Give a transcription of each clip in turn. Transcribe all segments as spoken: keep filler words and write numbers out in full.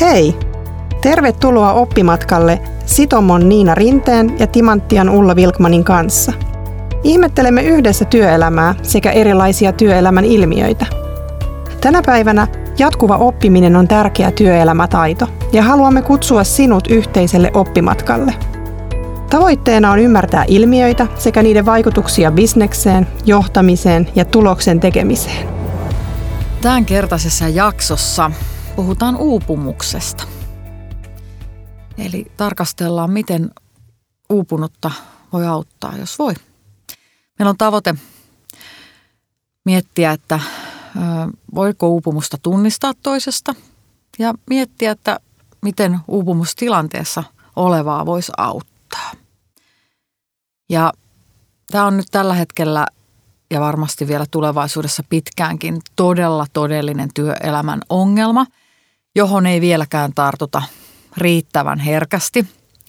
Hei! Tervetuloa oppimatkalle Sitomon Niina Rinteen ja Timanttian Ulla Vilkmanin kanssa. Ihmettelemme yhdessä työelämää sekä erilaisia työelämän ilmiöitä. Tänä päivänä jatkuva oppiminen on tärkeä työelämätaito ja haluamme kutsua sinut yhteiselle oppimatkalle. Tavoitteena on ymmärtää ilmiöitä sekä niiden vaikutuksia bisnekseen, johtamiseen ja tuloksen tekemiseen. Tämänkertaisessa jaksossa puhutaan uupumuksesta. Eli tarkastellaan, miten uupunutta voi auttaa, jos voi. Meillä on tavoite miettiä, että voiko uupumusta tunnistaa toisesta ja miettiä, että miten uupumustilanteessa olevaa voisi auttaa. Ja tämä on nyt tällä hetkellä ja varmasti vielä tulevaisuudessa pitkäänkin todella todellinen työelämän ongelma, johon ei vieläkään tartuta riittävän herkästi.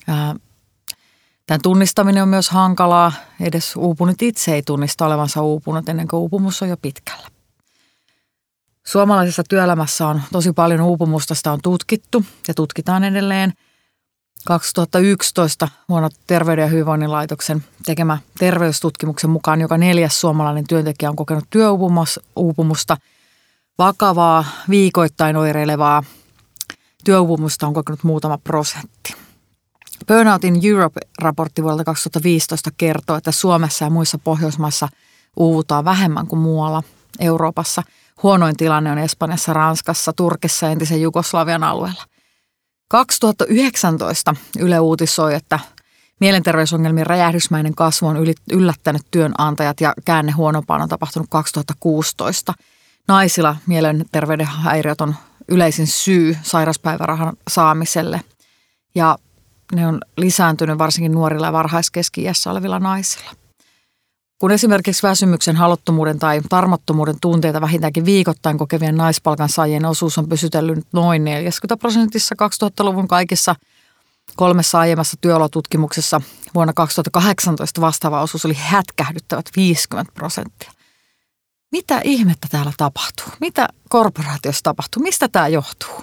Tämän tunnistaminen on myös hankalaa. Edes uupunut itse ei tunnista olevansa uupunut ennen kuin uupumus on jo pitkällä. Suomalaisessa työelämässä on tosi paljon uupumusta, sitä on tutkittu ja tutkitaan edelleen. kaksituhattayksitoista vuonna Terveyden ja hyvinvoinnin laitoksen tekemä terveystutkimuksen mukaan joka neljäs suomalainen työntekijä on kokenut työuupumusta. Vakavaa, viikoittain oireilevaa työuupumusta on kokenut muutama prosentti. Burnout in Europe-raportti vuodelta kaksituhattaviisitoista kertoo, että Suomessa ja muissa Pohjoismaissa uuvutaan vähemmän kuin muualla Euroopassa. Huonoin tilanne on Espanjassa, Ranskassa, Turkissa ja entisen Jugoslavian alueella. kaksituhattayhdeksäntoista Yle uutisoi, että mielenterveysongelmien räjähdysmäinen kasvu on yllättänyt työnantajat ja käänne huonompaan on tapahtunut kaksituhattakuusitoista. Naisilla mielenterveyden häiriöt on yleisin syy sairauspäivärahan saamiselle ja ne on lisääntynyt varsinkin nuorilla ja varhaiskeski-iässä olevilla naisilla. Kun esimerkiksi väsymyksen, haluttomuuden tai tarmottomuuden tunteita vähintäänkin viikoittain kokevien naispalkansaajien osuus on pysytellyt noin neljäkymmentä prosentissa kaksituhattaluvun kaikissa kolmessa aiemmassa työolotutkimuksessa. Vuonna kaksituhattakahdeksantoista vastaava osuus oli hätkähdyttävät viisikymmentä prosenttia. Mitä ihmettä täällä tapahtuu? Mitä korporaatiossa tapahtuu? Mistä tämä johtuu?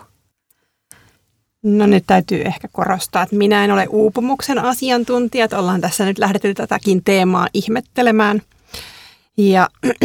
No nyt täytyy ehkä korostaa, että minä en ole uupumuksen asiantuntija. Että ollaan tässä nyt lähdetty tätäkin teemaa ihmettelemään. Ja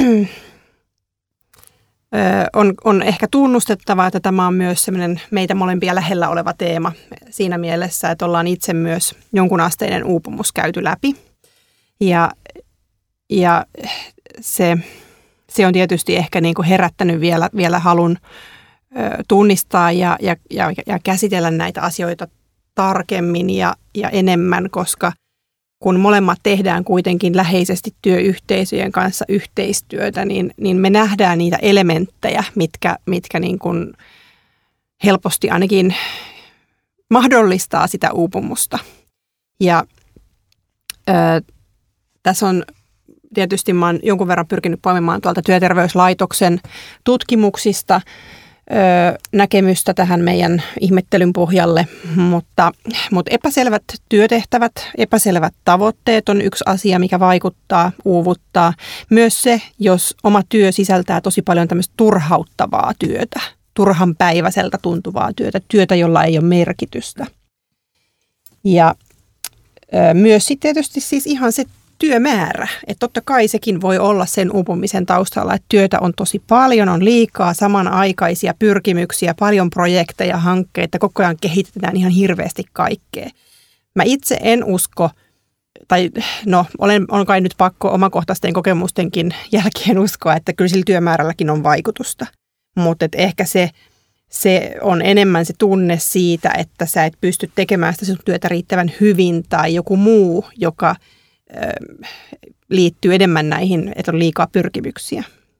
on, on ehkä tunnustettava, että tämä on myös sellainen meitä molempia lähellä oleva teema siinä mielessä, että ollaan itse myös jonkun asteinen uupumus käyty läpi. Ja, ja se, se on tietysti ehkä niin kuin herättänyt vielä, vielä halun tunnistaa ja, ja, ja, ja käsitellä näitä asioita tarkemmin ja, ja enemmän, koska kun molemmat tehdään kuitenkin läheisesti työyhteisöjen kanssa yhteistyötä, niin, niin me nähdään niitä elementtejä, mitkä, mitkä niin kuin helposti ainakin mahdollistaa sitä uupumusta. Ja ö, tässä on tietysti mä oon jonkun verran pyrkinyt poimimaan tuolta Työterveyslaitoksen tutkimuksista näkemystä tähän meidän ihmettelyn pohjalle, mutta, mutta epäselvät työtehtävät, epäselvät tavoitteet on yksi asia, mikä vaikuttaa, uuvuttaa. Myös se, jos oma työ sisältää tosi paljon tämmöistä turhauttavaa työtä, turhanpäiväiseltä tuntuvaa työtä, työtä, jolla ei ole merkitystä. Ja ö, myös sitten tietysti siis ihan se työmäärä, että totta kai sekin voi olla sen uupumisen taustalla, että työtä on tosi paljon, on liikaa samanaikaisia pyrkimyksiä, paljon projekteja, hankkeita, koko ajan kehitetään ihan hirveästi kaikkea. Mä itse en usko, tai no olen, on kai nyt pakko omakohtaisten kokemustenkin jälkeen uskoa, että kyllä sillä työmäärälläkin on vaikutusta, mutta ehkä se, se on enemmän se tunne siitä, että sä et pysty tekemään sitä sun työtä riittävän hyvin tai joku muu, joka liittyy enemmän näihin, että on liikaa pyrkimyksiä.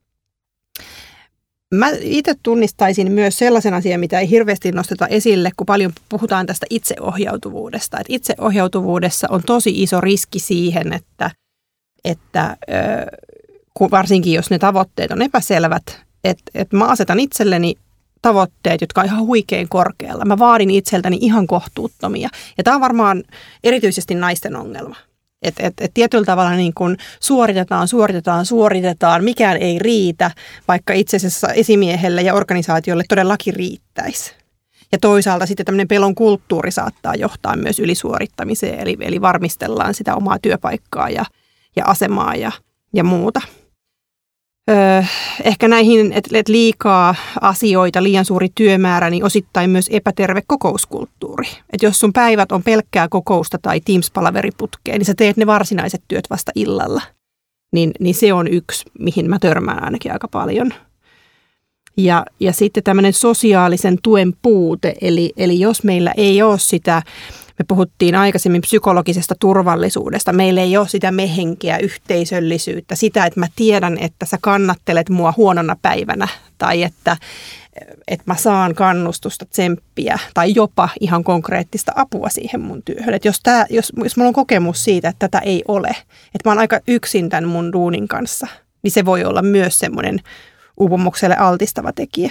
Mä itse tunnistaisin myös sellaisen asian, mitä ei hirveästi nosteta esille, kun paljon puhutaan tästä itseohjautuvuudesta. Että itseohjautuvuudessa on tosi iso riski siihen, että, että varsinkin jos ne tavoitteet on epäselvät, että, että mä asetan itselleni tavoitteet, jotka on ihan huikein korkealla. Mä vaadin itseltäni ihan kohtuuttomia. Ja tämä on varmaan erityisesti naisten ongelma. Että et, et tietyllä tavalla niin kun suoritetaan, suoritetaan, suoritetaan, mikään ei riitä, vaikka itse asiassa esimiehelle ja organisaatiolle todellakin riittäisi. Ja toisaalta sitten tämmöinen pelon kulttuuri saattaa johtaa myös ylisuorittamiseen, eli, eli varmistellaan sitä omaa työpaikkaa ja, ja asemaa ja, ja muuta. Öö, ehkä näihin, että et liikaa asioita, liian suuri työmäärä, niin osittain myös epäterve kokouskulttuuri. Että jos sun päivät on pelkkää kokousta tai Teams-palaveriputkea, niin sä teet ne varsinaiset työt vasta illalla. Niin, niin se on yksi, mihin mä törmään ainakin aika paljon. Ja, ja sitten tämmöinen sosiaalisen tuen puute, eli, eli jos meillä ei ole sitä, me puhuttiin aikaisemmin psykologisesta turvallisuudesta, meillä ei ole sitä mehenkeä, yhteisöllisyyttä, sitä, että mä tiedän, että sä kannattelet mua huonona päivänä tai että, että mä saan kannustusta, tsemppiä tai jopa ihan konkreettista apua siihen mun työhön. Että jos, tää, jos, jos mulla on kokemus siitä, että tätä ei ole, että mä oon aika yksin tämän mun duunin kanssa, niin se voi olla myös semmoinen uupumukselle altistava tekijä.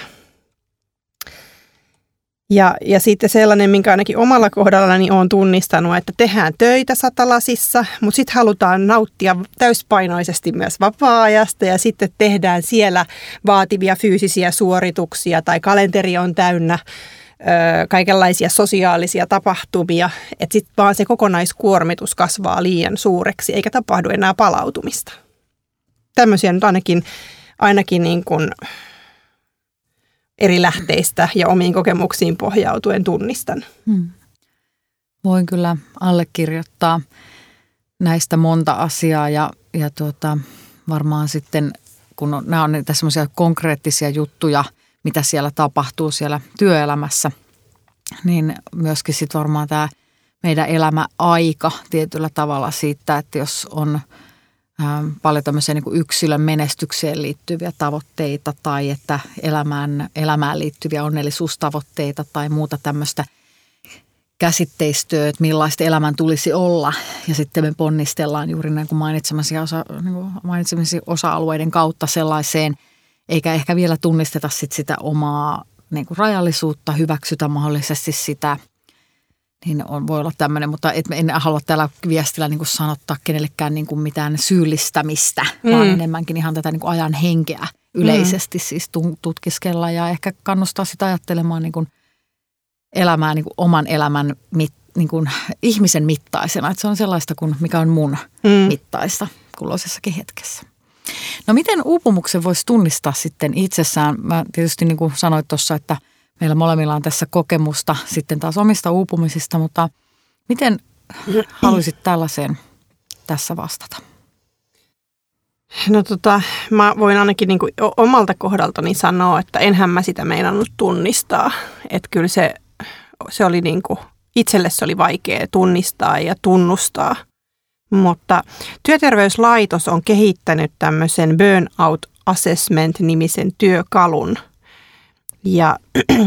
Ja, ja sitten sellainen, minkä ainakin omalla kohdallani olen tunnistanut, että tehdään töitä satalasissa, mutta sitten halutaan nauttia täyspainoisesti myös vapaa-ajasta ja sitten tehdään siellä vaativia fyysisiä suorituksia tai kalenteri on täynnä ö, kaikenlaisia sosiaalisia tapahtumia, että sitten vaan se kokonaiskuormitus kasvaa liian suureksi eikä tapahdu enää palautumista. Tämmöisiä nyt ainakin, ainakin niin kuin eri lähteistä ja omiin kokemuksiin pohjautuen tunnistan. Hmm. Voin kyllä allekirjoittaa näistä monta asiaa ja, ja tuota, varmaan sitten, kun on, nämä on niitä semmoisia konkreettisia juttuja, mitä siellä tapahtuu siellä työelämässä, niin myöskin sitten varmaan tämä meidän elämäaika tietyllä tavalla siitä, että jos on paljon tämmöisiä niin kuin yksilön menestykseen liittyviä tavoitteita tai että elämään, elämään liittyviä onnellisuustavoitteita tai muuta tämmöistä käsitteistöä, että millaista elämän tulisi olla. Ja sitten me ponnistellaan juuri niin kuin mainitsemasi osa, niin osa-alueiden kautta sellaiseen, eikä ehkä vielä tunnisteta sit sitä omaa niin kuin rajallisuutta, hyväksytä mahdollisesti sitä. Niin on, voi olla tämmöinen, mutta et, en halua täällä viestillä niin kuin sanottaa kenellekään niin kuin mitään syyllistämistä, mm. vaan enemmänkin ihan tätä niin kuin ajan henkeä yleisesti mm. siis tutkiskella ja ehkä kannustaa sitä ajattelemaan niin kuin elämää niin kuin oman elämän mit, niin kuin ihmisen mittaisena. Että se on sellaista kuin mikä on mun mm. mittaista kulloisessakin hetkessä. No miten uupumuksen voisi tunnistaa sitten itsessään? Mä tietysti niin kuin sanoit tuossa, että meillä molemmilla on tässä kokemusta sitten taas omista uupumisista, mutta miten haluaisit tällaiseen tässä vastata? No tota, mä voin ainakin niin kuin omalta kohdaltani sanoa, että enhän mä sitä meinannut tunnistaa. Että kyllä se, se oli niin kuin, itselle se oli vaikea tunnistaa ja tunnustaa. Mutta Työterveyslaitos on kehittänyt tämmöisen Burnout Assessment-nimisen työkalun. Ja,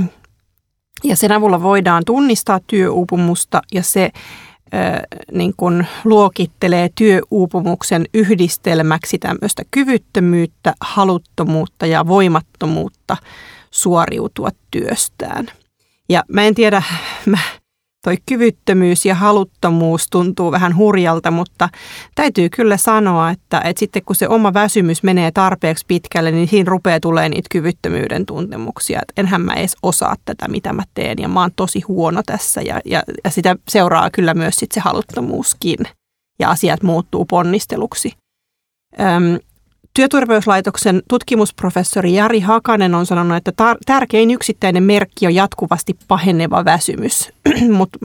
ja sen avulla voidaan tunnistaa työuupumusta ja se ö, niin kuin luokittelee työuupumuksen yhdistelmäksi tämmöistä kyvyttömyyttä, haluttomuutta ja voimattomuutta suoriutua työstään. Ja mä en tiedä, mä, toi kyvyttömyys ja haluttomuus tuntuu vähän hurjalta, mutta täytyy kyllä sanoa, että, että sitten kun se oma väsymys menee tarpeeksi pitkälle, niin siinä rupeaa tulemaan niitä kyvyttömyyden tuntemuksia. Että enhän mä edes osaa tätä, mitä mä teen ja mä oon tosi huono tässä ja, ja, ja sitä seuraa kyllä myös sit se haluttomuuskin ja asiat muuttuu ponnisteluksi. Öm, Työterveyslaitoksen tutkimusprofessori Jari Hakanen on sanonut, että tar- tärkein yksittäinen merkki on jatkuvasti paheneva väsymys, mutta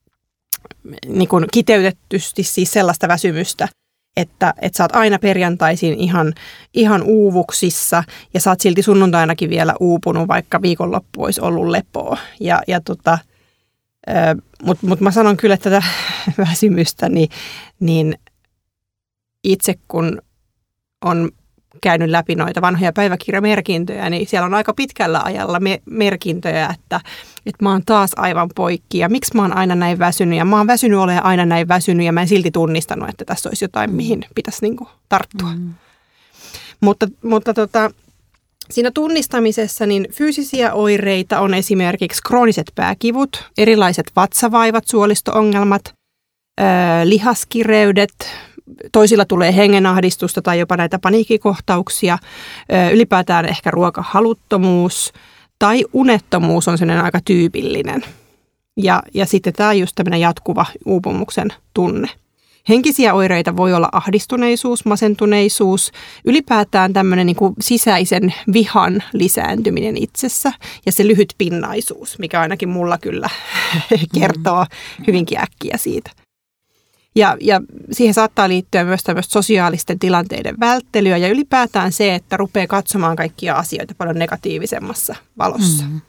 niin kuin kiteytettysti siis sellaista väsymystä, että, että sä oot aina perjantaisin ihan, ihan uuvuksissa ja sä oot silti sunnuntainakin vielä uupunut, vaikka viikonloppu olisi ollut lepoa. Ja, ja tota, mutta mut mä sanon kyllä, että tätä väsymystä, niin, niin itse kun on käynyt läpi noita vanhoja päiväkirjamerkintöjä, niin siellä on aika pitkällä ajalla me- merkintöjä, että, että mä oon taas aivan poikki ja miksi mä oon aina näin väsynyt ja mä oon väsynyt olemaan aina näin väsynyt ja mä en silti tunnistanut, että tässä olisi jotain, mihin pitäisi niin kuin tarttua. Mm. Mutta, mutta tota, siinä tunnistamisessa niin fyysisiä oireita on esimerkiksi krooniset pääkivut, erilaiset vatsavaivat, suolisto-ongelmat, öö, lihaskireydet, toisilla tulee hengenahdistusta tai jopa näitä paniikkikohtauksia, ylipäätään ehkä ruokahaluttomuus Tai unettomuus on sellainen aika tyypillinen. Ja, ja sitten tämä on just tämmöinen jatkuva uupumuksen tunne. Henkisiä oireita voi olla ahdistuneisuus, masentuneisuus, ylipäätään tämmöinen niin kuin sisäisen vihan lisääntyminen itsessä ja se lyhytpinnaisuus, mikä ainakin mulla kyllä kertoo hyvinkin äkkiä siitä. Ja, ja siihen saattaa liittyä myös tämmöistä sosiaalisten tilanteiden välttelyä ja ylipäätään se, että rupeaa katsomaan kaikkia asioita paljon negatiivisemmassa valossa. Mm.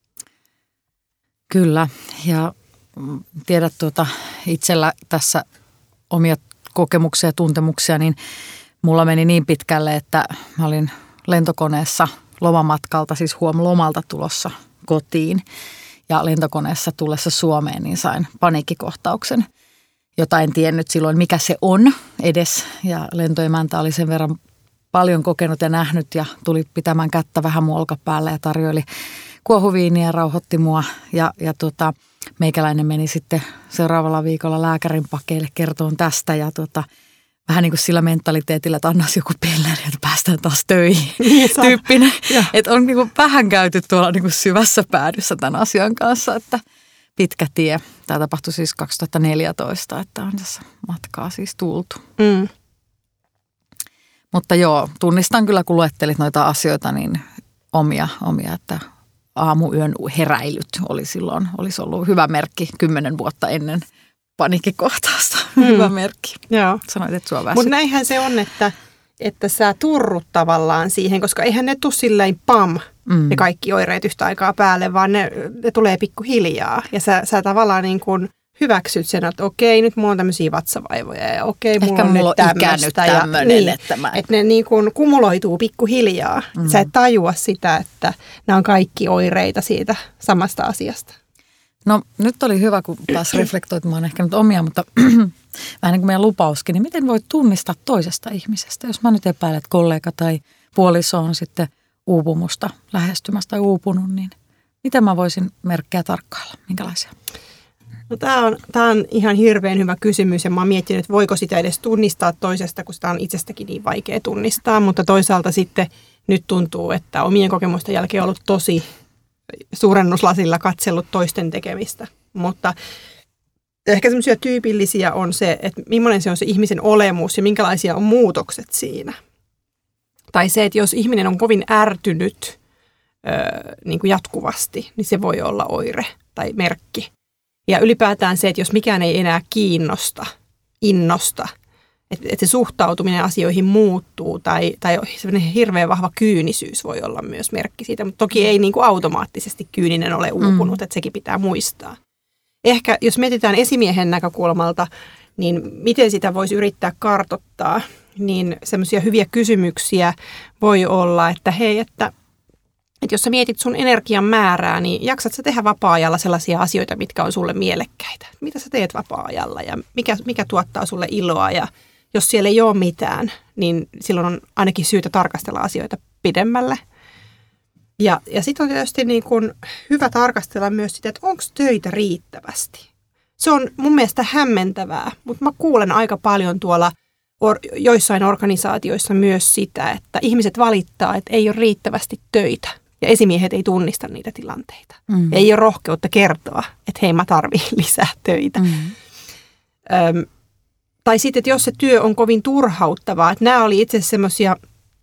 Kyllä, ja tiedät tuota, itsellä tässä omia kokemuksia ja tuntemuksia, niin mulla meni niin pitkälle, että mä olin lentokoneessa lomamatkalta, siis huom lomalta tulossa kotiin ja lentokoneessa tullessa Suomeen, niin sain paniikkikohtauksen, jota en tiennyt silloin, mikä se on edes. Ja lentoemäntä oli sen verran paljon kokenut ja nähnyt ja tuli pitämään kättä vähän mun olkapäällä ja tarjoili kuohuviiniä ja rauhoitti mua. Ja, ja tota, meikäläinen meni sitten seuraavalla viikolla lääkärin pakeille kertoon tästä ja tota, vähän niin kuin sillä mentaliteetillä, että annas joku pilleri, että päästään taas töihin niin, tyyppinen. Että on niin kuin vähän käyty tuolla niin kuin syvässä päädyssä tämän asian kanssa, että pitkä tie. Tämä tapahtui siis kaksituhattaneljätoista, että on tässä matkaa siis tultu. Mm. Mutta joo, tunnistan kyllä, kun luettelit noita asioita, niin omia, omia että aamuyön heräilyt oli silloin, olisi ollut hyvä merkki kymmenen vuotta ennen paniikkikohtausta. Mm. Hyvä merkki. Joo. Sanoit, että sua väsyt. Mutta näinhän se on, että, että sä turrut tavallaan siihen, koska eihän ne tule silleen pam, mm. ne kaikki oireet yhtä aikaa päälle, vaan ne, ne tulee pikkuhiljaa. Ja sä, sä tavallaan niin kuin hyväksyt sen, että okei, nyt mulla on tämmöisiä vatsavaivoja ja okei, mulla Ehkä on mulla nyt on tämmöistä. Ja, tämmönen, niin, että mä... Että ne niin kuin kumuloituu pikkuhiljaa. Mm. Sä et tajua sitä, että nämä on kaikki oireita siitä samasta asiasta. No nyt oli hyvä, kun taas reflektoitumaan ehkä nyt omia, mutta vähän niin kuin meidän lupauskin, niin miten voit tunnistaa toisesta ihmisestä? Jos mä nyt epäilen, että kollega tai puoliso on sitten uupumusta lähestymästä tai uupunut, niin miten mä voisin merkkejä tarkkailla? Minkälaisia? No, tämä on, tämä on ihan hirveän hyvä kysymys ja mä oon miettinyt, että voiko sitä edes tunnistaa toisesta, kun sitä on itsestäkin niin vaikea tunnistaa, mutta toisaalta sitten nyt tuntuu, että omien kokemusten jälkeen on ollut tosi suurennuslasilla katsellut toisten tekemistä, mutta ehkä semmoisia tyypillisiä on se, että millainen se on se ihmisen olemus ja minkälaisia on muutokset siinä. Tai se, että jos ihminen on kovin ärtynyt öö, niin kuin jatkuvasti, niin se voi olla oire tai merkki. Ja ylipäätään se, että jos mikään ei enää kiinnosta, innosta, että, että se suhtautuminen asioihin muuttuu tai, tai semmoinen hirveän vahva kyynisyys voi olla myös merkki siitä, mutta toki ei niin kuin automaattisesti kyyninen ole uupunut, mm. että sekin pitää muistaa. Ehkä jos mietitään esimiehen näkökulmalta, niin miten sitä voisi yrittää kartoittaa, niin semmoisia hyviä kysymyksiä voi olla, että hei, että Että jos sä mietit sun energian määrää, niin jaksat sä tehdä vapaa-ajalla sellaisia asioita, mitkä on sulle mielekkäitä? Mitä sä teet vapaa-ajalla ja mikä, mikä tuottaa sulle iloa? Ja jos siellä ei ole mitään, niin silloin on ainakin syytä tarkastella asioita pidemmälle. Ja, ja sitten on tietysti niin kun hyvä tarkastella myös sitä, että onko töitä riittävästi. Se on mun mielestä hämmentävää, mutta mä kuulen aika paljon tuolla or, joissain organisaatioissa myös sitä, että ihmiset valittaa, että ei ole riittävästi töitä. Ja esimiehet ei tunnista niitä tilanteita. Mm. Ei ole rohkeutta kertoa, että hei, mä tarvitsen lisää töitä. Mm. Öm, tai sitten, että jos se työ on kovin turhauttavaa, että nämä oli itse asiassa semmoisia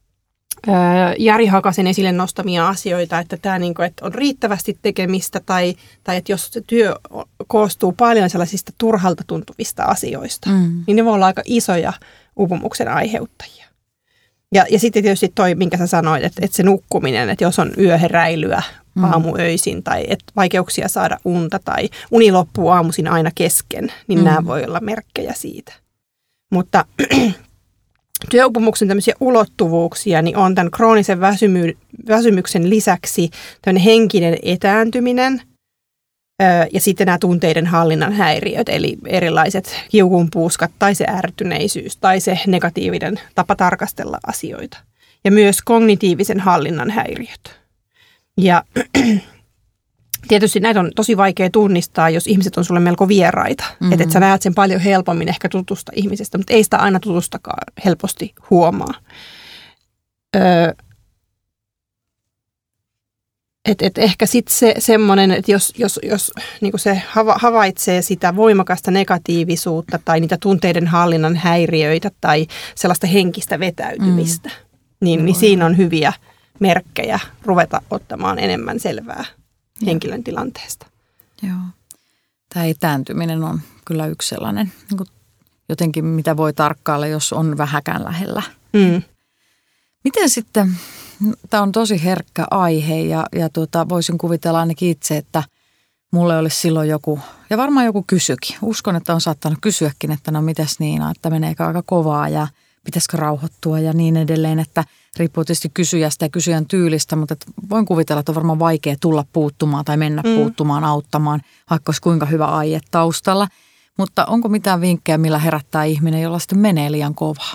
Jari Hakasen esille nostamia asioita, että, tämä niin kuin, että on riittävästi tekemistä tai, tai että jos se työ koostuu paljon sellaisista turhalta tuntuvista asioista, mm. niin ne voi olla aika isoja uupumuksen aiheuttajia. Ja, ja sitten tietysti toi, minkä sä sanoit, että, että se nukkuminen, että jos on yöheräilyä mm. aamuöisin tai että vaikeuksia saada unta tai uni loppuu aamuisin aina kesken, niin mm. nämä voi olla merkkejä siitä. Mutta työuupumuksen tämmöisiä ulottuvuuksia niin on tämän kroonisen väsymy- väsymyksen lisäksi tämmöinen henkinen etääntyminen öö, ja sitten nämä tunteiden hallinnan häiriöt, eli erilaiset kiukunpuuskat tai se ärtyneisyys tai se negatiivinen tapa tarkastella asioita. Ja myös kognitiivisen hallinnan häiriöt. Ja tietysti näitä on tosi vaikea tunnistaa, jos ihmiset on sulle melko vieraita. Mm-hmm. Että et sä näet sen paljon helpommin ehkä tutusta ihmisestä, mutta ei sitä aina tutustakaan helposti huomaa. Öö, Et, et ehkä sitten se semmoinen, että jos, jos, jos niin se hava, havaitsee sitä voimakasta negatiivisuutta tai niitä tunteiden hallinnan häiriöitä tai sellaista henkistä vetäytymistä, mm. niin, niin siinä on hyviä merkkejä ruveta ottamaan enemmän selvää Joo. henkilön tilanteesta. Joo. Tämä etääntyminen on kyllä yksi sellainen niin kuin jotenkin, mitä voi tarkkailla, jos on vähäkään lähellä. Mm. Miten sitten, tämä on tosi herkkä aihe ja, ja tuota, voisin kuvitella ainakin itse, että mulle olisi silloin joku, ja varmaan joku kysyikin. Uskon, että on saattanut kysyäkin, että no mitäs Niina, että meneekö aika kovaa ja pitäisikö rauhoittua ja niin edelleen, että riippuu tietysti kysyjästä ja kysyjän tyylistä, mutta voin kuvitella, että on varmaan vaikea tulla puuttumaan tai mennä mm. puuttumaan, auttamaan, vaikka olisi kuinka hyvä aihe taustalla. Mutta onko mitään vinkkejä, millä herättää ihminen, jolla sitten menee liian kovaa?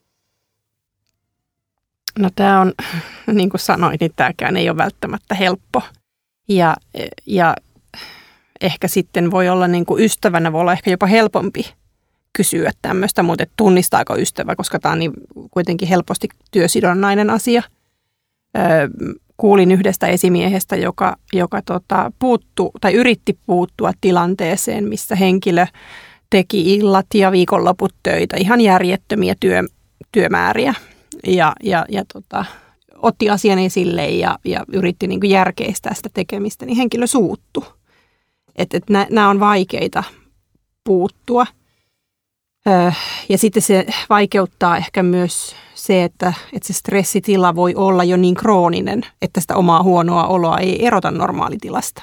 No tämä on, niin kuin sanoin, niin tämäkään ei ole välttämättä helppo. Ja, ja ehkä sitten voi olla niin kuin ystävänä, voi olla ehkä jopa helpompi kysyä tämmöistä, mutta tunnistaako ystävä, koska tämä on niin kuitenkin helposti työsidonnainen asia. Öö, kuulin yhdestä esimiehestä, joka, joka tota, puuttu, tai yritti puuttua tilanteeseen, missä henkilö teki illat ja viikonloput töitä, ihan järjettömiä työ, työmääriä. Ja, ja, ja tota, otti asian esille ja, ja yritti niin kuin järkeistää sitä tekemistä, niin henkilö suuttui. Että et nämä on vaikeita puuttua. Öö, ja sitten se vaikeuttaa ehkä myös se, että, että se stressitila voi olla jo niin krooninen, että sitä omaa huonoa oloa ei erota normaalitilasta.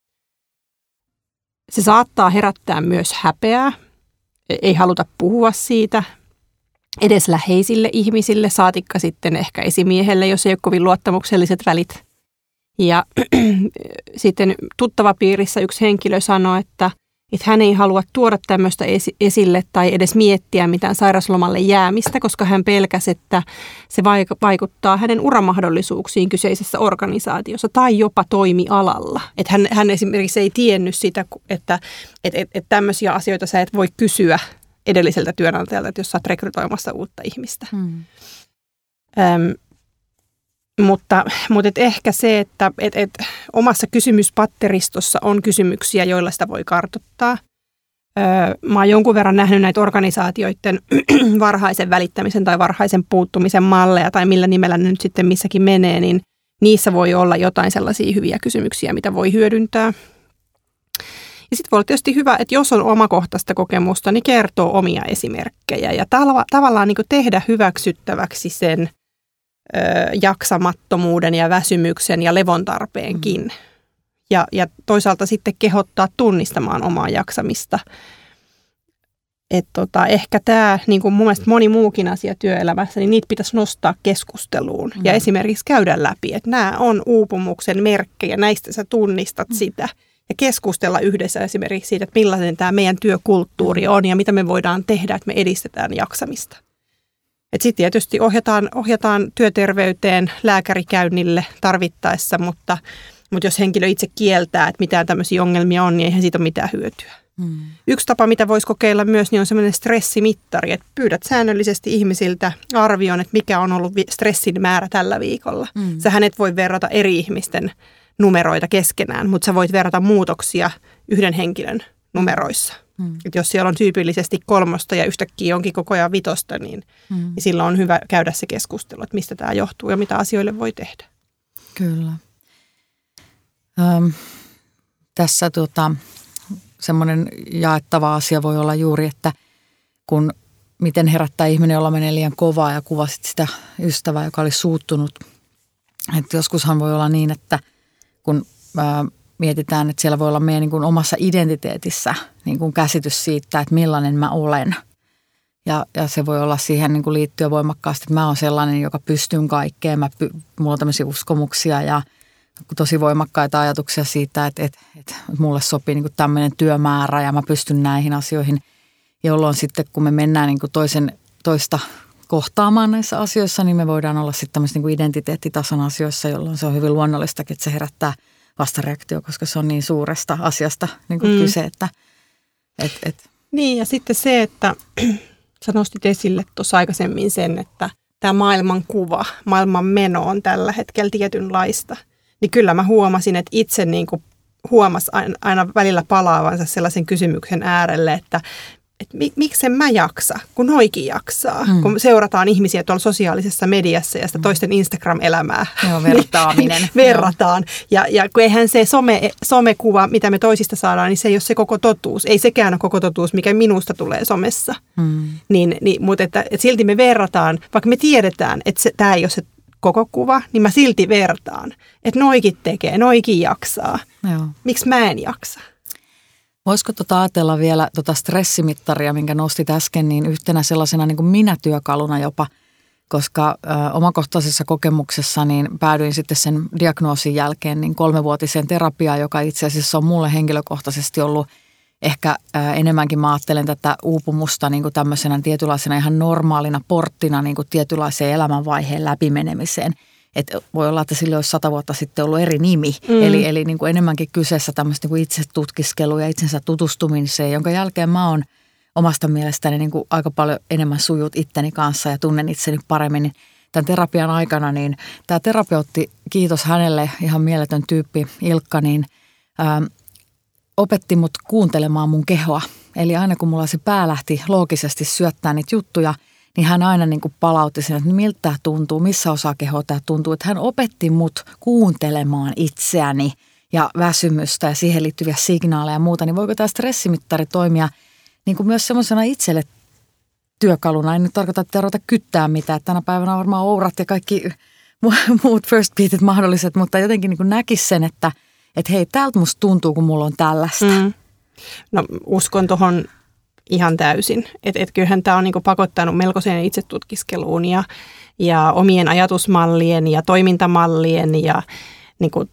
Se saattaa herättää myös häpeää. Ei haluta puhua siitä edes läheisille ihmisille, saatikka sitten ehkä esimiehelle, jos ei ole kovin luottamukselliset välit. Ja sitten tuttavapiirissä yksi henkilö sanoi, että, että hän ei halua tuoda tämmöistä esille tai edes miettiä mitään sairaslomalle jäämistä, koska hän pelkäsi, että se vaikuttaa hänen uramahdollisuuksiin kyseisessä organisaatiossa tai jopa toimialalla. Että hän, hän esimerkiksi ei tiennyt sitä, että, että, että, että tämmöisiä asioita sä et voi kysyä edelliseltä työnantajalta, että jos sä oot rekrytoimassa uutta ihmistä. Hmm. Öm, mutta mutta et ehkä se, että et, et omassa kysymyspatteristossa on kysymyksiä, joilla sitä voi kartoittaa. Öö, mä oon jonkun verran nähnyt näitä organisaatioiden varhaisen välittämisen tai varhaisen puuttumisen malleja tai millä nimellä ne nyt sitten missäkin menee, niin niissä voi olla jotain sellaisia hyviä kysymyksiä, mitä voi hyödyntää. Ja sitten voi olla tietysti hyvä, että jos on omakohtaista kokemusta, niin kertoo omia esimerkkejä ja tavallaan niin kuin tehdä hyväksyttäväksi sen ö, jaksamattomuuden ja väsymyksen ja levon tarpeenkin. Mm. Ja, ja toisaalta sitten kehottaa tunnistamaan omaa jaksamista. Et tota, ehkä tämä, niin kuin mun mielestä moni muukin asia työelämässä, niin niitä pitäisi nostaa keskusteluun mm. ja esimerkiksi käydä läpi, että nämä on uupumuksen merkkejä, näistä sä tunnistat mm. sitä. Ja keskustella yhdessä esimerkiksi siitä, että millainen tämä meidän työkulttuuri on ja mitä me voidaan tehdä, että me edistetään jaksamista. Sitten tietysti ohjataan, ohjataan työterveyteen, lääkärikäynnille tarvittaessa, mutta, mutta jos henkilö itse kieltää, että mitään tämmöisiä ongelmia on, niin eihän siitä ole mitään hyötyä. Hmm. Yksi tapa, mitä voisi kokeilla myös, niin on semmoinen stressimittari, että pyydät säännöllisesti ihmisiltä arvion, että mikä on ollut stressin määrä tällä viikolla. Hmm. Sähän et voi verrata eri ihmisten numeroita keskenään, mutta sä voit verrata muutoksia yhden henkilön numeroissa. Mm. Et jos siellä on tyypillisesti kolmosta ja yhtäkkiä onkin koko ajan vitosta, niin, mm. niin silloin on hyvä käydä se keskustelu, että mistä tämä johtuu ja mitä asioille voi tehdä. Kyllä. Öm, tässä tota, semmoinen jaettava asia voi olla juuri, että kun miten herättää ihminen, jolla menee liian kovaa ja kuvasit sitä ystävää, joka oli suuttunut. Että joskushan voi olla niin, että kun ää, mietitään, että siellä voi olla meidän niin kuin omassa identiteetissä niin kuin käsitys siitä, että millainen mä olen. Ja, ja se voi olla siihen niin kuin liittyen voimakkaasti, että mä oon sellainen, joka pystyn kaikkeen. Mä py, mulla on tämmöisiä uskomuksia ja tosi voimakkaita ajatuksia siitä, että, että, että mulle sopii niin kuin tämmöinen työmäärä ja mä pystyn näihin asioihin. Jolloin sitten, kun me mennään niin kuin toisen, toista kohtaamaan näissä asioissa, niin me voidaan olla sitten tämmöisissä niin kuin identiteettitason asioissa, jolloin se on hyvin luonnollista, että se herättää vastareaktio, koska se on niin suuresta asiasta niin kuin mm. kyse. Että, et, et. Niin ja sitten se, että sä nostit esille tuossa aikaisemmin sen, että tämä maailmankuva, maailman meno on tällä hetkellä tietynlaista. niin kyllä mä huomasin, että itse niin kuin huomasi aina välillä palaavansa sellaisen kysymyksen äärelle, että että miksen mä jaksa, kun noikin jaksaa, mm. kun seurataan ihmisiä tuolla sosiaalisessa mediassa ja sitä toisten Instagram-elämää. Joo, vertaaminen. Verrataan. Ja, ja kun eihän se some, somekuva, mitä me toisista saadaan, niin se ei ole se koko totuus. Ei sekään ole koko totuus, mikä minusta tulee somessa. Mm. Niin, niin, mutta että, että silti me verrataan, vaikka me tiedetään, että tämä ei ole se koko kuva, niin mä silti vertaan. Että noikin tekee, noikin jaksaa. Joo. Miksi mä en jaksa? Voisiko tota ajatella vielä tota stressimittaria, minkä nostit äsken, niin yhtenä sellaisena niin kuin minä-työkaluna jopa, koska ö, omakohtaisessa kokemuksessa niin päädyin sitten sen diagnoosin jälkeen niin kolmevuotiseen terapiaan, joka itse asiassa on mulle henkilökohtaisesti ollut ehkä ö, enemmänkin mä ajattelen tätä uupumusta niin kuin tämmöisenä tietynlaisena ihan normaalina porttina niin kuin tietynlaiseen elämänvaiheen läpimenemiseen. Että voi olla, että sille olisi sata vuotta sitten ollut eri nimi. Mm. Eli, eli niin kuin enemmänkin kyseessä tämmöistä niin kuin itsetutkiskelu ja itsensä tutustumiseen, jonka jälkeen mä oon omasta mielestäni niin kuin aika paljon enemmän sujut itteni kanssa ja tunnen itseni paremmin. Tämän terapian aikana niin tämä terapeutti, kiitos hänelle, ihan mieletön tyyppi Ilkka, niin ää, opetti mut kuuntelemaan mun kehoa. Eli aina kun mulla se pää lähti loogisesti syöttää niitä juttuja, niin hän aina niin kuin palautti sen, että miltä tämä tuntuu, missä osa kehoa tämä tuntuu. Että hän opetti mut kuuntelemaan itseäni ja väsymystä ja siihen liittyviä signaaleja ja muuta. Niin voiko tämä stressimittari toimia niin kuin myös semmoisena itselle työkaluna? En nyt tarkoita, että ruveta kyttää mitään. Tänä päivänä on varmaan ourat ja kaikki muut first beatit mahdolliset, mutta jotenkin niin kuin näkisi sen, että, että hei, täältä musta tuntuu, kun mulla on tällaista. Mm. No uskon tuohon ihan täysin. Että et kyllähän tämä on niinku pakottanut melkoiseen itsetutkiskeluun ja, ja omien ajatusmallien ja toimintamallien ja, niinku,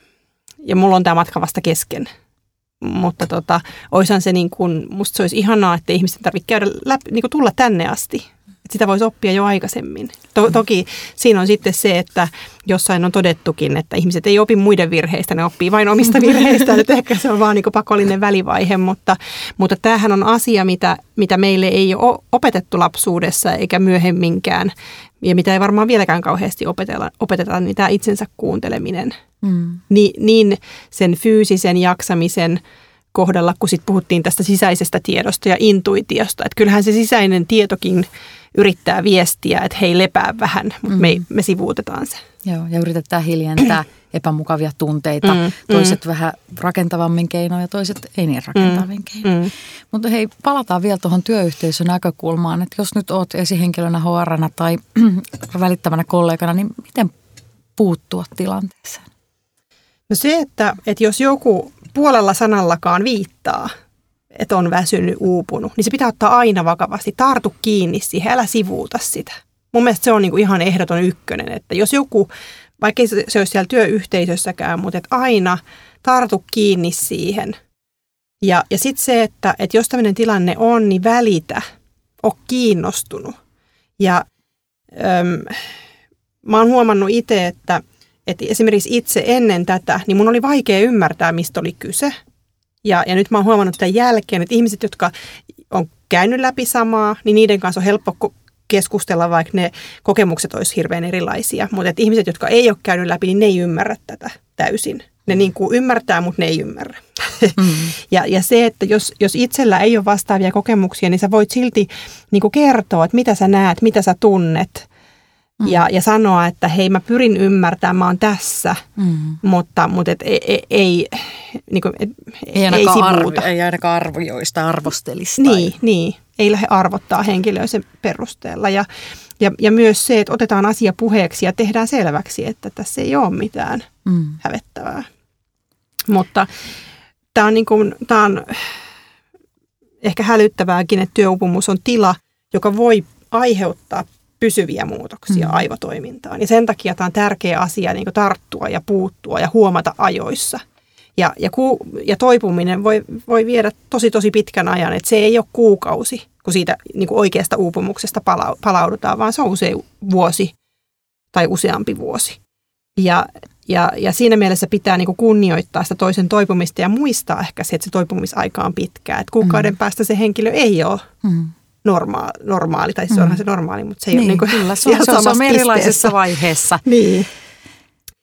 ja mulla on tämä matka vasta kesken. Mutta tota, oishan se niin kuin, musta se olisi ihanaa, että ihmisten tarvitse käydä läpi, niin kuin tulla tänne asti. Että sitä voisi oppia jo aikaisemmin. To, toki siinä on sitten se, että jossain on todettukin, että ihmiset ei opi muiden virheistä, ne oppii vain omista virheistä. Että ehkä se on vaan niin kuin pakollinen välivaihe, mutta, mutta tämähän on asia, mitä, mitä meille ei ole opetettu lapsuudessa eikä myöhemminkään. Ja mitä ei varmaan vieläkään kauheasti opetella, opeteta, niin tämä itsensä kuunteleminen. Mm. Ni, niin sen fyysisen jaksamisen kohdalla, kun sitten puhuttiin tästä sisäisestä tiedosta ja intuitiosta. Että kyllähän se sisäinen tietokin yrittää viestiä, että hei, lepää vähän, mutta mm. me, me sivuutetaan se. Joo, ja yritetään hiljentää epämukavia tunteita. Mm, toiset mm. vähän rakentavammin keinoin ja toiset ei niin rakentavin mm, keinoin. Mm. Mutta hei, palataan vielä tuohon työyhteisön näkökulmaan, että jos nyt oot esihenkilönä, H R:nä tai välittävänä kollegana, niin miten puuttua tilanteeseen? No se, että, että jos joku puolella sanallakaan viittaa, että on väsynyt, uupunut, niin se pitää ottaa aina vakavasti. Tartu kiinni siihen, älä sivuuta sitä. Mun mielestä se on niin kuin ihan ehdoton ykkönen, että jos joku, vaikka se olisi siellä työyhteisössäkään, mutta että aina tartu kiinni siihen. Ja, ja sitten se, että, että jos tämmöinen tilanne on, niin välitä, ole kiinnostunut. Ja äm, mä oon huomannut itse, että, että esimerkiksi itse ennen tätä, niin mun oli vaikea ymmärtää, mistä oli kyse. Ja, ja nyt mä oon huomannut tämän jälkeen, että ihmiset, jotka on käynyt läpi samaa, niin niiden kanssa on helppo keskustella, vaikka ne kokemukset olisi hirveän erilaisia. Mutta että ihmiset, jotka ei ole käynyt läpi, niin ne ei ymmärrä tätä täysin. Ne niin kuin ymmärtää, mutta ne ei ymmärrä. Mm. ja, ja se, että jos, jos itsellä ei ole vastaavia kokemuksia, niin sä voit silti niin kuin kertoa, että mitä sä näet, mitä sä tunnet. Mm. Ja, ja sanoa, että hei, mä pyrin ymmärtämään, mä oon tässä, mm. mutta, mutta et, ei, ei, ei, niin kuin, et, ei, ei sivuuta. Arvi, ei ainakaan arvioista, arvostelista. Niin, niin, ei lähde arvottaa henkilöä sen perusteella. Ja, ja, ja myös se, että otetaan asia puheeksi ja tehdään selväksi, että tässä ei ole mitään mm. hävettävää. Mutta tämä on, niin kuin, tämä on ehkä hälyttävääkin, että työuupumus on tila, joka voi aiheuttaa pysyviä muutoksia mm. aivotoimintaan. Ja sen takia tämä on tärkeä asia niin kuin tarttua ja puuttua ja huomata ajoissa. Ja, ja, ku, ja toipuminen voi, voi viedä tosi tosi pitkän ajan, että se ei ole kuukausi, kun siitä niin kuin oikeasta uupumuksesta pala, palaudutaan, vaan se on usein vuosi tai useampi vuosi. Ja, ja, ja siinä mielessä pitää niin kuin kunnioittaa sitä toisen toipumista ja muistaa ehkä se, että se toipumisaika on pitkää. Että kuukauden mm. päästä se henkilö ei ole mm. normaali, normaali, tai se onhan mm. se normaali, mutta se ei niin, ole niin kuin kyllä, se on, se on erilaisessa vaiheessa. Niin.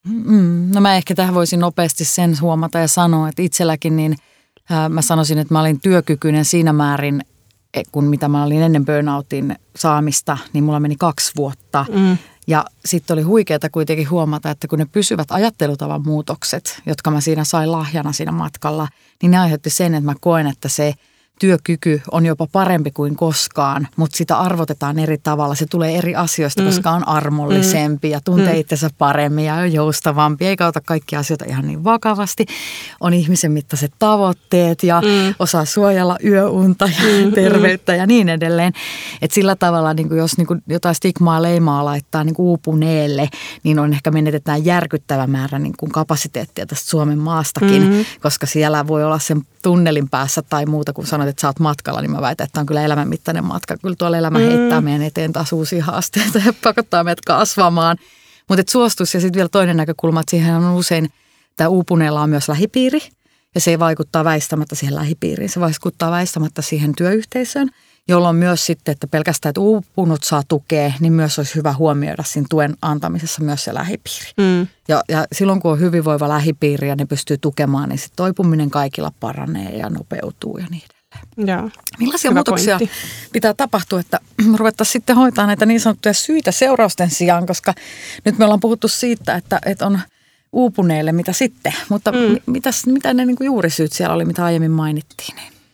Mm, no mä ehkä tähän voisin nopeasti sen huomata ja sanoa, että itselläkin niin ää, mä sanoisin, että mä olin työkykyinen siinä määrin, kun mitä mä olin ennen burnoutin saamista, niin mulla meni kaksi vuotta. Mm. Ja sitten oli huikeaa kuitenkin huomata, että kun ne pysyvät ajattelutavan muutokset, jotka mä siinä sain lahjana siinä matkalla, niin ne aiheutti sen, että mä koen, että se työkyky on jopa parempi kuin koskaan, mutta sitä arvotetaan eri tavalla. Se tulee eri asioista, mm. koska on armollisempi ja tuntee mm. itsensä paremmin ja on joustavampi. Eikä ota kaikkia asioita ihan niin vakavasti. On ihmisen mittaiset tavoitteet ja mm. osaa suojella yöunta ja mm. terveyttä ja niin edelleen. Et sillä tavalla, niin kuin jos niin kuin jotain stigmaa leimaa laittaa niin kuin uupuneelle, niin on ehkä menetetään järkyttävä määrä niin kuin kapasiteettia tästä Suomen maastakin, mm. koska siellä voi olla sen tunnelin päässä tai muuta, kun sanot, että sä oot matkalla, niin mä väitän, että on kyllä elämänmittainen matka. Kyllä tuolla elämä heittää meidän eteen taas uusia haasteita ja pakottaa meidät kasvamaan. Mutta suostus ja sitten vielä toinen näkökulma, että siihen on usein, tämä uupuneella on myös lähipiiri ja se vaikuttaa väistämättä siihen lähipiiriin. Se vaikuttaa väistämättä siihen työyhteisöön, jolloin myös sitten, että pelkästään, että uupunut saa tukea, niin myös olisi hyvä huomioida siinä tuen antamisessa myös se lähipiiri. Mm. Ja, ja silloin, kun on hyvinvoiva lähipiiri ja ne pystyy tukemaan, niin se toipuminen kaikilla paranee ja nopeutuu ja niin edelleen. Joo. Millaisia Hyvä muutoksia pointti. pitää tapahtua, että ruvettaisiin sitten hoitaa näitä niin sanottuja syitä seurausten sijaan, koska nyt me ollaan puhuttu siitä, että, että on uupuneille, mitä sitten, mutta mm. mitäs, mitä ne niin kuin juurisyyt siellä oli, mitä aiemmin mainittiin?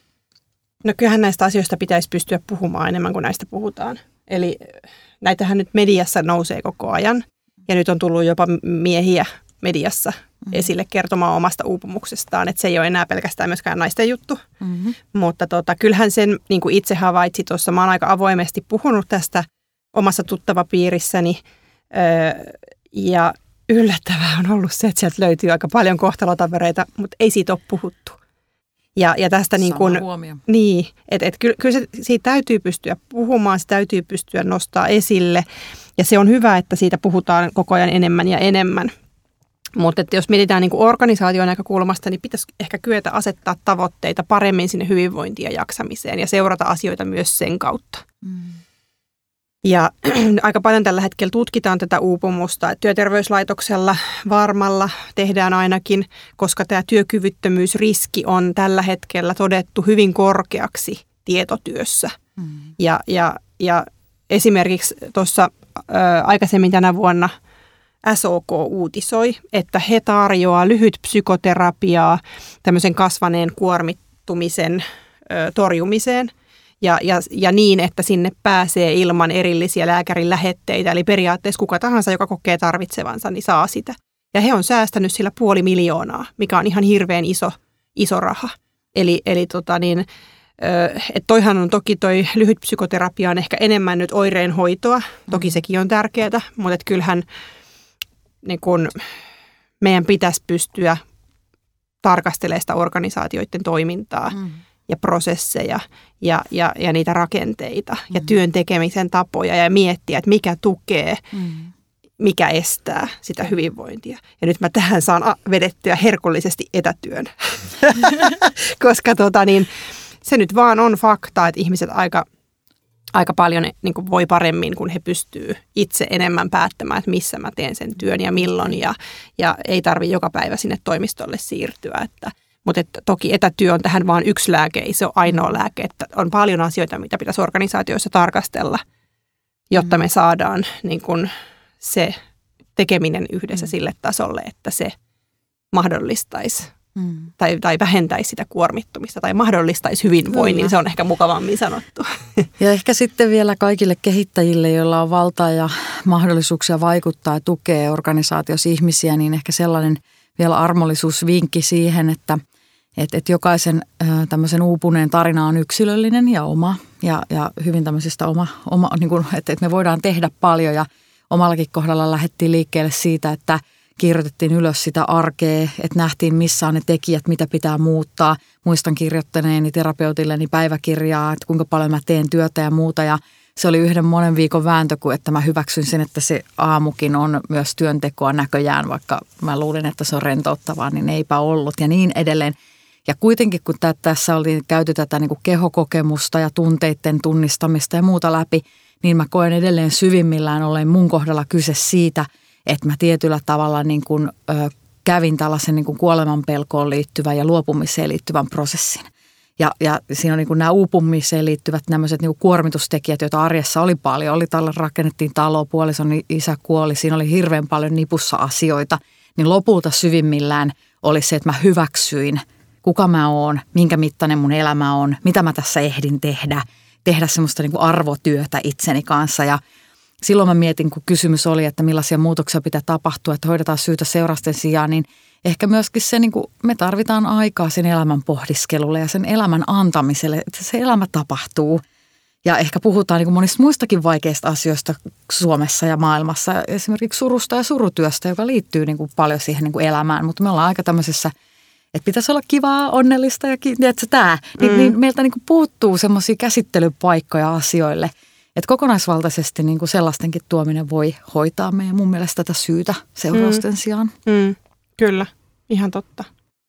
No kyllähän näistä asioista pitäisi pystyä puhumaan enemmän kuin näistä puhutaan. Eli näitähän nyt mediassa nousee koko ajan ja nyt on tullut jopa miehiä mediassa mm-hmm. esille kertomaan omasta uupumuksestaan, että se ei ole enää pelkästään myöskään naisten juttu. Mm-hmm. Mutta tota, kyllähän sen, niin kuin itse havaitsi tuossa, mä oon aika avoimesti puhunut tästä omassa tuttavapiirissäni öö, ja yllättävää on ollut se, että sieltä löytyy aika paljon kohtalotavereita, mutta ei siitä ole puhuttu. Ja, ja tästä niin kuin, niin, että et kyllä, kyllä se, siitä täytyy pystyä puhumaan, se täytyy pystyä nostaa esille ja se on hyvä, että siitä puhutaan koko ajan enemmän ja enemmän. Mutta jos mietitään niin kuin organisaation näkökulmasta, niin pitäisi ehkä kyetä asettaa tavoitteita paremmin sinne hyvinvointiin ja jaksamiseen ja seurata asioita myös sen kautta. Mm. Ja aika paljon tällä hetkellä tutkitaan tätä uupumusta. Työterveyslaitoksella Varmalla tehdään ainakin, koska tämä työkyvyttömyysriski on tällä hetkellä todettu hyvin korkeaksi tietotyössä. Mm. Ja, ja, ja esimerkiksi tuossa aikaisemmin tänä vuonna S O K uutisoi, että he tarjoaa lyhyt psykoterapiaa tämmöisen kasvaneen kuormittumisen ö, torjumiseen. Ja, ja, ja niin, että sinne pääsee ilman erillisiä lääkärin lähetteitä. Eli periaatteessa kuka tahansa, joka kokee tarvitsevansa, niin saa sitä. Ja he on säästänyt sillä puoli miljoonaa, mikä on ihan hirveän iso, iso raha. Eli, eli tota niin, että toihan on toki toi lyhyt psykoterapia on ehkä enemmän nyt oireenhoitoa. Toki sekin on tärkeää, mutta et kyllähän niin kun meidän pitäisi pystyä tarkastelemaan sitä organisaatioiden toimintaa. Mm. ja prosesseja ja, ja, ja niitä rakenteita mm. ja työn tekemisen tapoja ja miettiä, että mikä tukee, mm. mikä estää sitä hyvinvointia. Ja nyt mä tähän saan vedettyä herkullisesti etätyön, koska tota, niin, se nyt vaan on fakta, että ihmiset aika, aika paljon niin kuin voi paremmin, kun he pystyy itse enemmän päättämään, että missä mä teen sen työn ja milloin ja, ja ei tarvitse joka päivä sinne toimistolle siirtyä, että mutta toki etätyö on tähän vain yksi lääke, ei se ole ainoa lääke. Että on paljon asioita, mitä pitäisi organisaatioissa tarkastella, jotta me saadaan niin kun se tekeminen yhdessä sille tasolle, että se mahdollistaisi mm. tai, tai vähentäisi sitä kuormittumista tai mahdollistaisi hyvinvoinnin. Kyllä. Se on ehkä mukavammin sanottu. Ja ehkä sitten vielä kaikille kehittäjille, joilla on valtaa ja mahdollisuuksia vaikuttaa ja tukea organisaatiossa ihmisiä, niin ehkä sellainen vielä armollisuusvinkki siihen, että Että et jokaisen äh, tämmöisen uupuneen tarina on yksilöllinen ja oma ja, ja hyvin tämmöisestä oma, oma niin kuin, että et me voidaan tehdä paljon ja omallakin kohdalla lähdettiin liikkeelle siitä, että kirjoitettiin ylös sitä arkea, että nähtiin missä on ne tekijät, mitä pitää muuttaa. Muistan kirjoittaneeni terapeutilleni päiväkirjaa, että kuinka paljon mä teen työtä ja muuta ja se oli yhden monen viikon vääntö, kun että mä hyväksyn sen, että se aamukin on myös työntekoa näköjään, vaikka mä luulin, että se on rentouttavaa, niin eipä ollut ja niin edelleen. Ja kuitenkin, kun tässä oli käyty tätä niin kuin kehokokemusta ja tunteiden tunnistamista ja muuta läpi, niin mä koen edelleen syvimmillään olleen mun kohdalla kyse siitä, että mä tietyllä tavalla niin kuin, ö, kävin tällaisen niin kuin kuolemanpelkoon liittyvän ja luopumiseen liittyvän prosessin. Ja, ja siinä on niin kuin nämä uupumiseen liittyvät tämmöiset niin kuin kuormitustekijät, joita arjessa oli paljon. Oli tällä, rakennettiin talo, puolison isä kuoli, siinä oli hirveän paljon nipussa asioita. Niin lopulta syvimmillään oli se, että mä hyväksyin, kuka mä oon, minkä mittainen mun elämä on, mitä mä tässä ehdin tehdä, tehdä semmoista niin kuin arvotyötä itseni kanssa. Ja silloin mä mietin, kun kysymys oli, että millaisia muutoksia pitää tapahtua, että hoidetaan syytä seurasten sijaan, niin ehkä myöskin se, niin kuin me tarvitaan aikaa sen elämän pohdiskelulle ja sen elämän antamiselle, että se elämä tapahtuu. Ja ehkä puhutaan niin kuin monista muistakin vaikeista asioista Suomessa ja maailmassa, esimerkiksi surusta ja surutyöstä, joka liittyy niin kuin paljon siihen niin kuin elämään, mutta me ollaan aika tämmöisessä, että pitäisi olla kivaa, onnellista ja tiedätkö, tämä, niin, mm. niin meiltä niin kuin puuttuu semmoisia käsittelypaikkoja asioille, että kokonaisvaltaisesti niin kuin sellaistenkin tuominen voi hoitaa meidän mun mielestä tätä syytä seurausten mm. sijaan. Mm. Kyllä, ihan totta.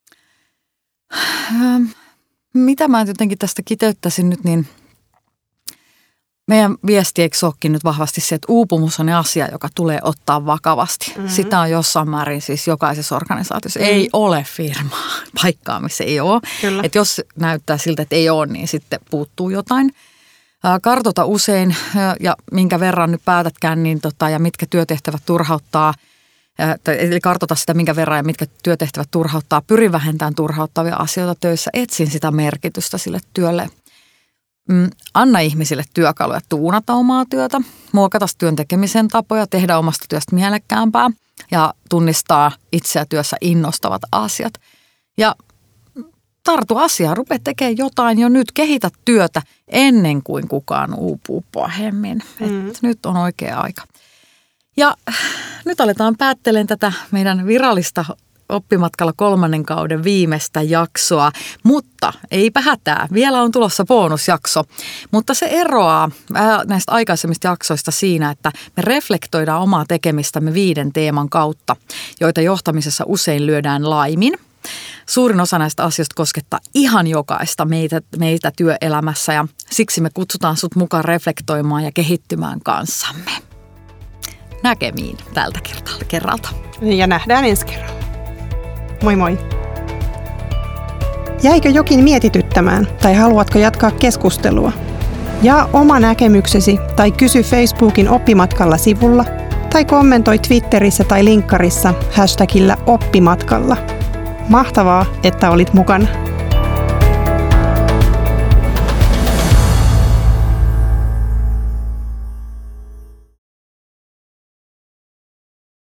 Mitä mä jotenkin tästä kiteyttäisin nyt, niin meidän viesti eikö olekin nyt vahvasti se, että uupumus on asia, joka tulee ottaa vakavasti. Mm-hmm. Sitä on jossain määrin siis jokaisessa organisaatiossa. Mm-hmm. Ei ole firmaa, paikkaa, missä ei ole. Että jos näyttää siltä, että ei ole, niin sitten puuttuu jotain. Kartoita usein ja minkä verran nyt päätätkään niin tota, ja mitkä työtehtävät turhauttaa. Eli kartoita sitä, minkä verran ja mitkä työtehtävät turhauttaa. Pyri vähentämään turhauttavia asioita töissä. Etsin sitä merkitystä sille työlle. Anna ihmisille työkaluja tuunata omaa työtä, muokata työn tekemisen tapoja, tehdä omasta työstä mielekkäämpää ja tunnistaa itseä työssä innostavat asiat. Ja tartu asiaan, rupea tekemään jotain jo nyt, kehitä työtä ennen kuin kukaan uupuu pahemmin. Mm. Nyt on oikea aika. Ja nyt aletaan päättelen tätä meidän virallista Oppimatkalla kolmannen kauden viimeistä jaksoa, mutta eipä hätää. Vielä on tulossa bonusjakso, mutta se eroaa näistä aikaisemmista jaksoista siinä, että me reflektoidaan omaa tekemistämme viiden teeman kautta, joita johtamisessa usein lyödään laimin. Suurin osa näistä asioista koskettaa ihan jokaista meitä, meitä työelämässä ja siksi me kutsutaan sut mukaan reflektoimaan ja kehittymään kanssamme. Näkemiin tältä kerralta. Ja nähdään ensi kerralla. Moi moi! Jäikö jokin mietityttämään tai haluatko jatkaa keskustelua? Jaa oma näkemyksesi tai kysy Facebookin Oppimatkalla sivulla tai kommentoi Twitterissä tai linkkarissa hashtagillä Oppimatkalla. Mahtavaa, että olit mukana!